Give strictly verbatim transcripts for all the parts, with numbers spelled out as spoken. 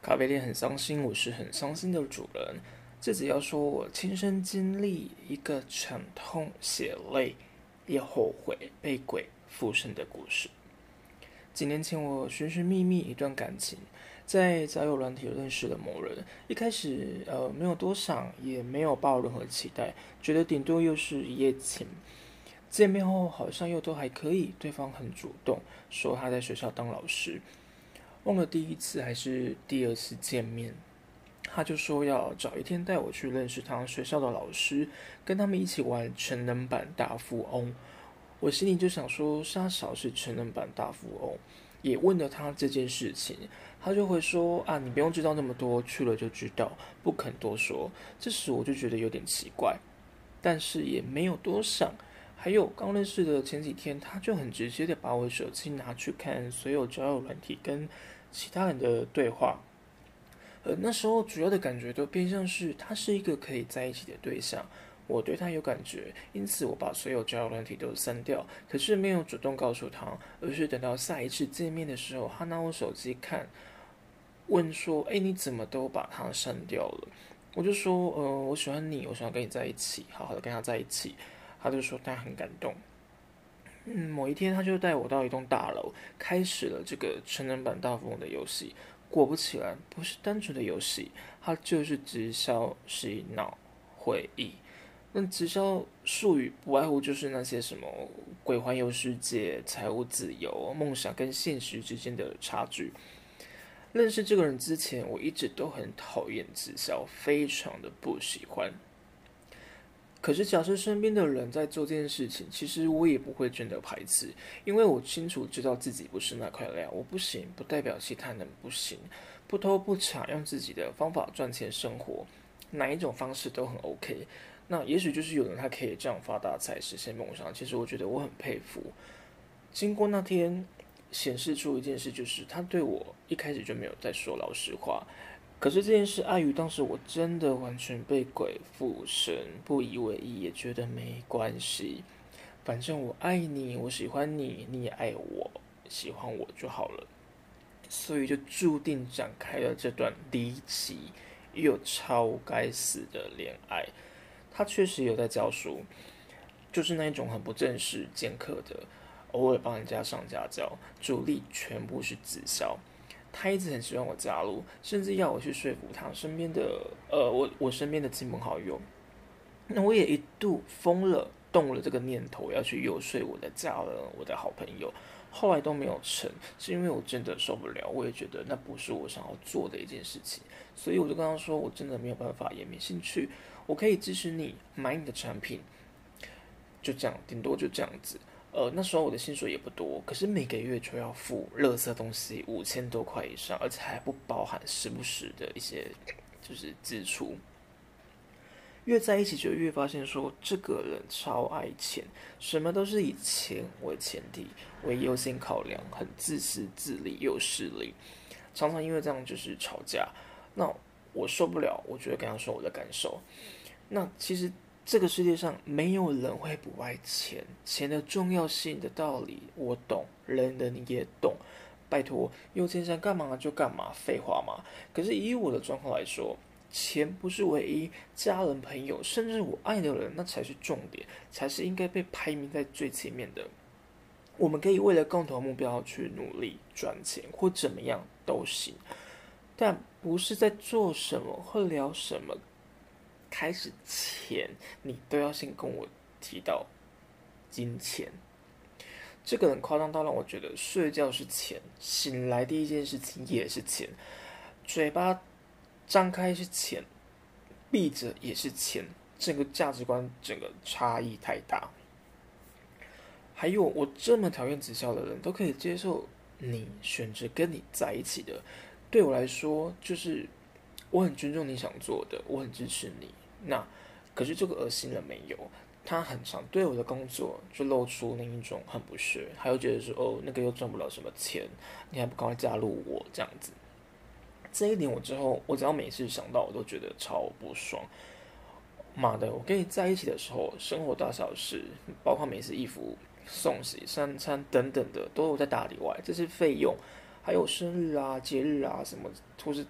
咖啡店很伤心，我是很伤心的主人。这只要说我亲身经历一个惨痛、血泪，也后悔被鬼附身的故事。几年前，我寻寻觅觅一段感情，在交友软体认识了某人。一开始，呃，没有多想，也没有抱任何期待，觉得顶多又是一夜情。见面后好像又都还可以，对方很主动，说他在学校当老师。忘了第一次还是第二次见面，他就说要找一天带我去认识他学校的老师，跟他们一起玩成人版大富翁。我心里就想说，沙小是成人版大富翁，也问了他这件事情，他就会说啊，你不用知道那么多，去了就知道，不肯多说。这时我就觉得有点奇怪，但是也没有多想。还有刚认识的前几天，他就很直接的把我手机拿去看所有交友软体跟其他人的对话。呃，那时候主要的感觉都偏向是他是一个可以在一起的对象，我对他有感觉，因此我把所有交友软体都删掉。可是没有主动告诉他，而是等到下一次见面的时候，他拿我手机看，问说：“哎，你怎么都把它删掉了？”我就说：“呃，我喜欢你，我想要跟你在一起，好好的跟他在一起。”他就说他很感动。嗯，某一天他就带我到一栋大楼，开始了这个成人版大富翁的游戏。果不其然，不是单纯的游戏，它就是直销洗脑会议。那直销术语不外乎就是那些什么鬼环游世界、财务自由、梦想跟现实之间的差距。认识这个人之前，我一直都很讨厌直销，非常的不喜欢。可是，假设身边的人在做这件事情，其实我也不会真的排斥，因为我清楚知道自己不是那块料，我不行，不代表其他人不行，不偷不抢，用自己的方法赚钱生活，哪一种方式都很 OK。那也许就是有人他可以这样发大财，实现梦想，其实我觉得我很佩服。经过那天，显示出一件事，就是他对我一开始就没有在说老实话。可是这件事碍于当时我真的完全被鬼附身，不以为意，也觉得没关系。反正我爱你，我喜欢你，你也爱我，喜欢我就好了。所以就注定展开了这段离奇又超该死的恋爱。他确实有在教书，就是那一种很不正式、兼课的，偶尔帮人家上家教，主力全部是直销。他一直很希望我加入，甚至要我去说服他身边的呃，我我身边的亲朋好友。那我也一度疯了，动了这个念头，要去游说我的家人、我的好朋友。后来都没有成，是因为我真的受不了，我也觉得那不是我想要做的一件事情，所以我就跟他说，我真的没有办法，也没兴趣。我可以支持你买你的产品，就这样，顶多就这样子。呃，那时候我的薪水也不多，可是每个月就要付垃圾东西五千多块以上，而且还不包含时不时的一些就是支出。越在一起就越发现说，这个人超爱钱，什么都是以钱为前提，为优先考量，很自私自利又势利，常常因为这样就是吵架。那我受不了，我就会跟他说我的感受。那其实这个世界上没有人会不爱钱，钱的重要性的道理我懂，人的你也懂。拜托，有钱想干嘛就干嘛，废话嘛。可是以我的状况来说，钱不是唯一，家人、朋友，甚至我爱的人，那才是重点，才是应该被排名在最前面的。我们可以为了共同目标去努力赚钱，或怎么样都行，但不是在做什么或聊什么开始前，你都要先跟我提到金钱。这个很夸张到让我觉得睡觉是钱，醒来第一件事情也是钱，嘴巴张开是钱，闭着也是钱，整个价值观整个差异太大。还有我这么讨厌直销的人都可以接受你选择跟你在一起的，对我来说就是我很尊重你想做的，我很支持你。那可是这个恶心人没有，他很常对我的工作就露出另一种很不屑，还有觉得说哦那个又赚不了什么钱，你还不赶快加入我这样子。这一点我之后，我只要每次想到，我都觉得超不爽。妈的，我跟你在一起的时候，生活大小事，包括每次衣服送洗、三餐等等的，都有在打理外，这些费用，还有生日啊、节日啊什么，或是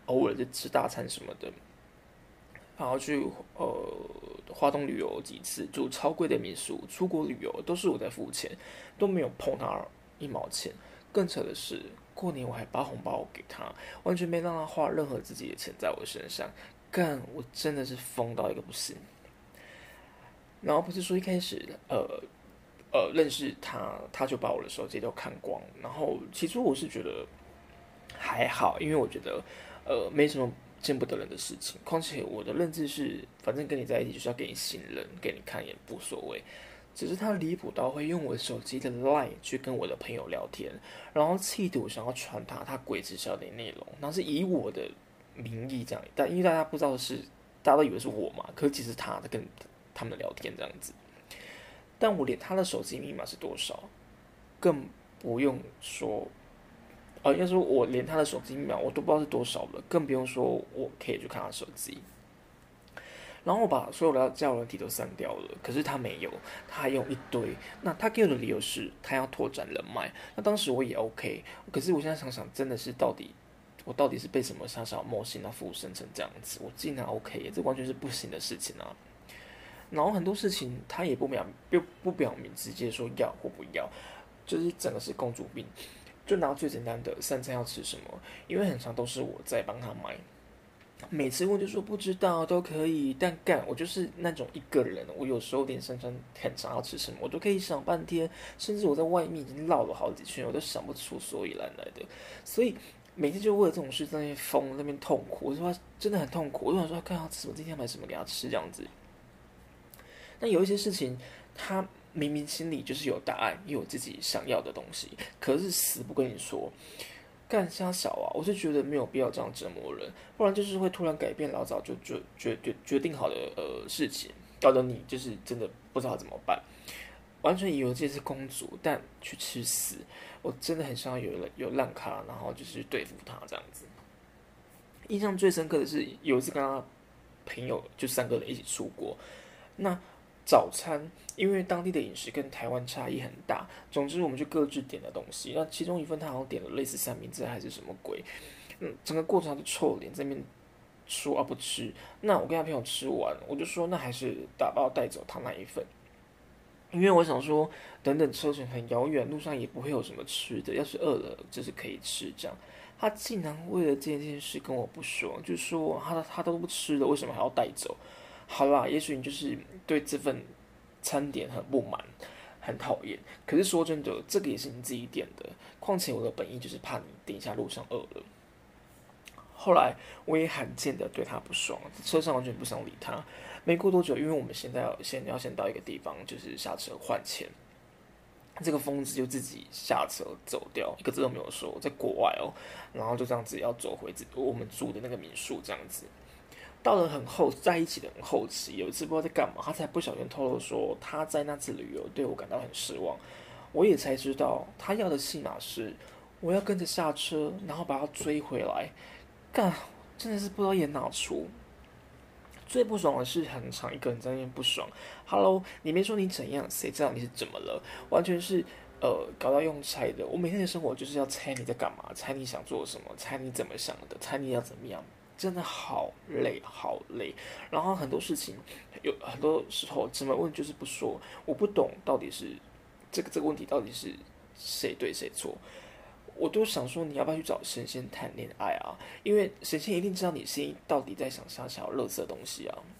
偶尔就吃大餐什么的，然后去呃花东旅游几次，住超贵的民宿，出国旅游都是我在付钱，都没有碰他一毛钱。更扯的是，过年我还包红包给他，完全没让他花任何自己的钱在我身上，干我真的是疯到一个不行。然后不是说一开始呃呃认识他，他就把我的手机都看光，然后起初我是觉得还好，因为我觉得呃没什么见不得人的事情，况且我的认知是，反正跟你在一起就是要给你信任，给你看也无所谓。只是他离谱到会用我手机的 Line 去跟我的朋友聊天，然后企图想要传达他鬼直销的内容，然后是以我的名义这样，但因为大家不知道是，大家都以为是我嘛，可是其实他在跟他们聊天这样子，但我连他的手机密码是多少，更不用说，呃，应该说我连他的手机密码我都不知道是多少了，更不用说我可以去看他手机。然后我把所有的交友软体都删掉了，可是他没有，他还用一堆。那他给我的理由是他要拓展人脉。那当时我也 OK，可是我现在想想，真的是到底我到底是被什么小小魔性啊附身成这样子？我竟然 OK，这完全是不行的事情啊！然后很多事情他也不表不不表明直接说要或不要，就是整个是公主病。就拿最简单的三餐要吃什么，因为很常都是我在帮他买。每次问就说不知道都可以，但干我就是那种一个人，我有时候连三餐很想要吃什么，我都可以想半天，甚至我在外面已经绕了好几圈，我都想不出所以然来的。所以每天就为了这种事在那边疯，那边痛苦，我说真的很痛苦。我就想说，看他吃什么，今天要买什么给他吃这样子。但有一些事情，他明明心里就是有答案，也有自己想要的东西，可是死不跟你说。干瞎小啊！我是觉得没有必要这样折磨人，不然就是会突然改变老早就决决决决定好的呃事情，搞得你就是真的不知道怎么办，完全以为自己是公主，但去吃屎！我真的很想要有有烂咖，然后就是对付他这样子。印象最深刻的是有一次跟他朋友就三个人一起出国，那早餐因为当地的饮食跟台湾差异很大，总之我们就各自点了东西。那其中一份他好像点了类似三明治还是什么鬼，嗯，整个过程他就臭脸在那边说啊不吃。那我跟他朋友吃完，我就说那还是打包带走他那一份，因为我想说等等车程很遥远，路上也不会有什么吃的，要是饿了就是可以吃这样。他竟然为了这件事跟我不说，就说他他都不吃了，为什么还要带走？好啦，也许你就是对这份餐点很不满，很讨厌。可是说真的，这个也是你自己点的，况且我的本意就是怕你等一下路上饿了。后来我也罕见的对他不爽，车上完全不想理他。没过多久，因为我们现在要先要先到一个地方，就是下车换钱。这个疯子就自己下车走掉，一个字都没有说，在国外哦，然后就这样子要走回我们住的那个民宿，这样子。到了很后在一起的很后期，有一次不知道在干嘛，他才不小心透露说他在那次旅游对我感到很失望。我也才知道他要的戏码是我要跟着下车，然后把他追回来。干，真的是不知道演哪出。最不爽的是很长一个人在那边不爽。Hello，你没说你怎样，谁知道你是怎么了？完全是呃搞到用猜的。我每天的生活就是要猜你在干嘛，猜你想做什么，猜你怎么想的，猜你要怎么样。真的好累，好累。然后很多事情，有很多时候怎么问就是不说，我不懂到底是这个这个问题到底是谁对谁错。我都想说，你要不要去找神仙谈恋爱啊？因为神仙一定知道你心里到底在想啥小垃圾东西啊。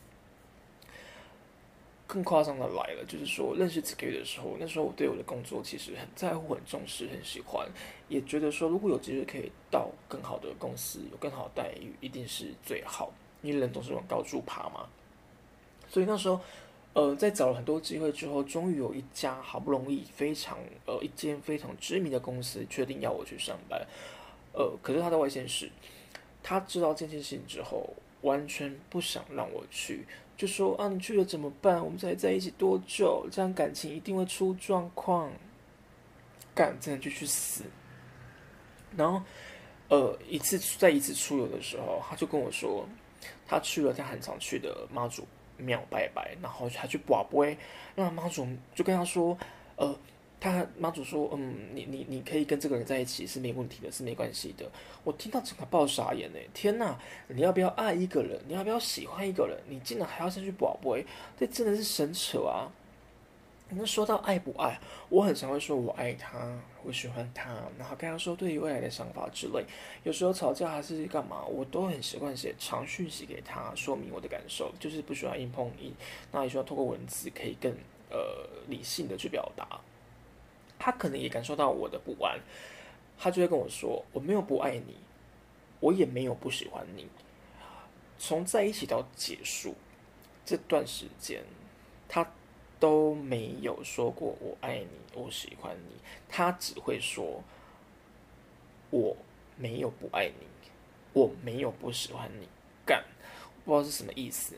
更夸张的来了，就是说认识这个月的时候，那时候我对我的工作其实很在乎、很重视、很喜欢，也觉得说如果有机会可以到更好的公司，有更好的待遇，一定是最好。因为人总是往高处爬嘛。所以那时候，呃，在找了很多机会之后，终于有一家好不容易非常呃一间非常知名的公司确定要我去上班。呃，可是他在外县市，他知道这件事情之后，完全不想让我去，就说啊，你去了怎么办？我们才在一起多久？这样感情一定会出状况。干，真的就去死。然后，呃，一次在一次出游的时候，他就跟我说，他去了他很常去的妈祖庙拜拜，然后他去跋杯，那妈祖就跟他说，呃。 他妈祖说，嗯，你你你可以跟这个人在一起是没问题的，是没关系的。我听到整个爆傻眼呢！天哪，你要不要爱一个人？你要不要喜欢一个人？你竟然还要先去宝贝，这真的是神扯啊！那说到爱不爱，我很常会说我爱他，我喜欢他，然后跟他说对于未来的想法之类。有时候吵架还是干嘛，我都很习惯写长讯息给他，说明我的感受，就是不需要硬碰硬，那也需要透过文字可以更呃理性的去表达。他可能也感受到我的不安，他就会跟我说：“我没有不爱你，我也没有不喜欢你。从在一起到结束这段时间，他都没有说过我爱你，我喜欢你。他只会说我没有不爱你，我没有不喜欢你。干，不知道是什么意思。”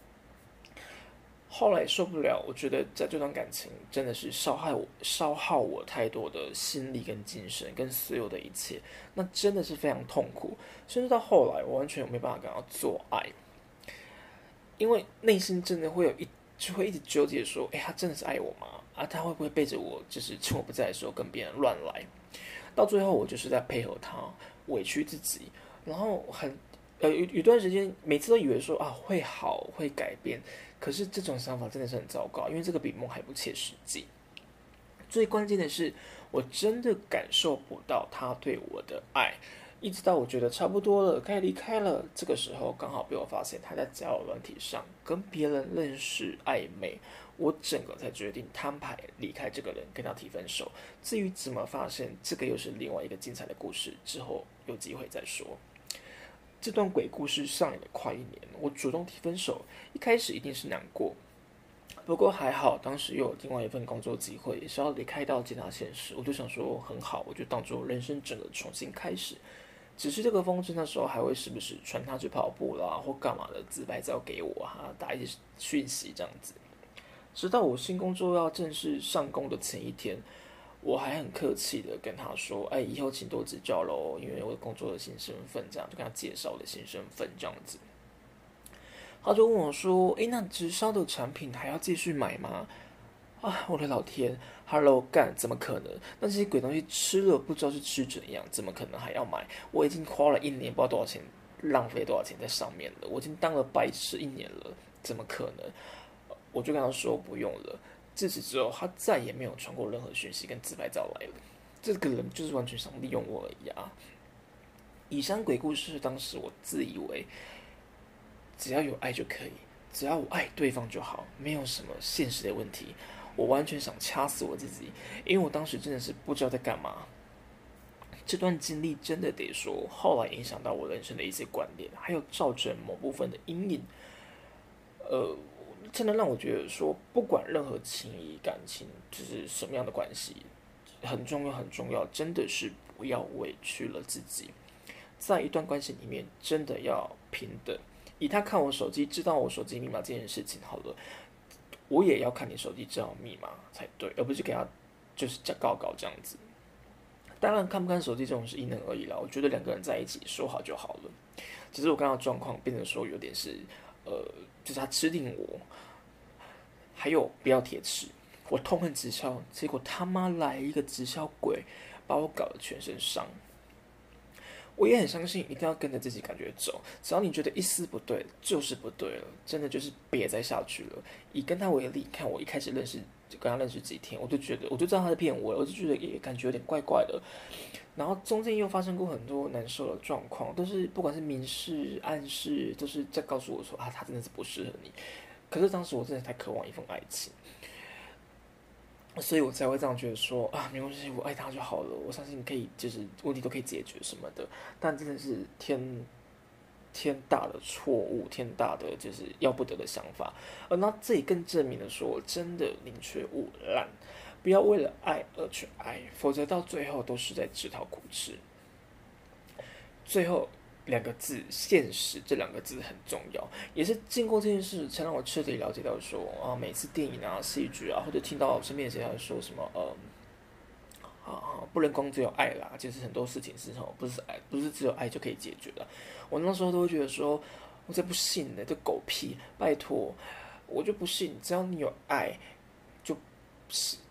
后来受不了，我觉得在这段感情真的是消耗我、消耗我太多的心力跟精神，跟所有的一切，那真的是非常痛苦。甚至到后来，我完全没办法跟他做爱，因为内心真的会有一，就会一直纠结说，哎，他真的是爱我吗？啊，他会不会背着我，就是趁我不在的时候跟别人乱来？到最后，我就是在配合他，委屈自己，然后很呃有有段时间，每次都以为说啊会好会改变，可是这种想法真的是很糟糕，因为这个比梦还不切实际。最关键的是，我真的感受不到他对我的爱，一直到我觉得差不多了，该离开了，这个时候刚好被我发现他在交友软体上跟别人认识暧昧，我整个才决定摊牌离开这个人，跟他提分手。至于怎么发现，这个又是另外一个精彩的故事，之后有机会再说。这段鬼故事上演了快一年，我主动提分手，一开始一定是难过，不过还好，当时又有另外一份工作机会，也是要离开到其他县市，我就想说很好，我就当做人生整个重新开始。只是这个风筝那时候还会时不时传他去跑步啦，或干嘛的自拍照给我哈，打一些讯息这样子。直到我新工作要正式上工的前一天，我还很客气的跟他说：“哎，以后请多指教喽，因为我工作的新身份，这样就跟他介绍我的新身份这样子。”他就问我说：“哎，那直销的产品还要继续买吗？”啊，我的老天，Hello 干，怎么可能？那这些鬼东西吃了不知道是吃怎样，怎么可能还要买？我已经花了一年，不知道多少钱，浪费多少钱在上面了。我已经当了白痴一年了，怎么可能？我就跟他说不用了。自此之后，他再也没有传过任何讯息跟自拍照来了。这个人就是完全想利用我而已啊！以上鬼故事，当时我自以为只要有爱就可以，只要我爱对方就好，没有什么现实的问题。我完全想掐死我自己，因为我当时真的是不知道在干嘛。这段经历真的得说，后来影响到我人生的一些观念，还有造成某部分的阴影。呃，真的让我觉得说，不管任何情谊、感情，就是什么样的关系，很重要，很重要，真的是不要委屈了自己。在一段关系里面，真的要平等。以他看我手机，知道我手机密码这件事情好了，我也要看你手机知道密码才对，而不是给他就是讲告告这样子。当然，看不看手机这种是因人而异啦。我觉得两个人在一起说好就好了。只是我刚刚的状况变成说有点是，呃，就是他吃定我，还有不要铁齿。我痛恨直销，结果他妈来一个直销鬼，把我搞得全身伤。我也很相信，一定要跟着自己感觉走。只要你觉得一丝不对，就是不对了，真的就是别再下去了。以跟他为例，看我一开始认识，就跟他认识几天，我就觉得，我就知道他在骗我，我就觉得也感觉有点怪怪的。然后中间又发生过很多难受的状况，都是不管是明示、暗示，都是在告诉我说啊，他真的是不适合你。可是当时我真的太渴望一份爱情。所以我才会这样觉得说啊，没关系，我爱他就好了。我相信可以，就是问题都可以解决什么的。但真的是天天大的错误，天大的就是要不得的想法。而那这也更证明了说，真的宁缺毋滥，不要为了爱而去爱，否则到最后都是在自讨苦吃。最后两个字“现实”这两个字很重要，也是经过这件事才让我彻底了解到说啊，每次电影啊、戏剧啊，或者听到身边的谁在说什么呃啊，不能光只有爱啦，就是很多事情是什么不是爱，不是只有爱就可以解决的。我那时候都会觉得说，我才不信呢，这狗屁，拜托，我就不信，只要你有爱，就是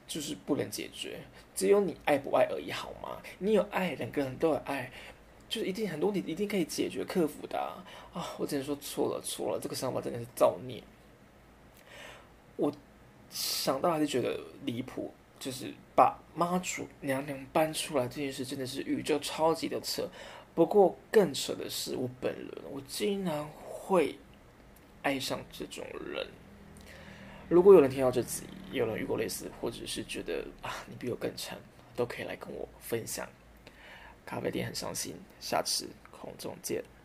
就是不能解决，只有你爱不爱而已，好吗？你有爱，两个人都有爱，就是一定很多你一定可以解决克服的啊！啊我只能说错了错了，这个想法真的是造孽。我想到还是觉得离谱，就是把妈祖娘娘搬出来这件事真的是宇宙超级的扯。不过更扯的是我本人，我竟然会爱上这种人。如果有人听到这集，有人遇过类似，或者是觉得啊你比我更惨，都可以来跟我分享。咖啡店很伤心，下次空中见。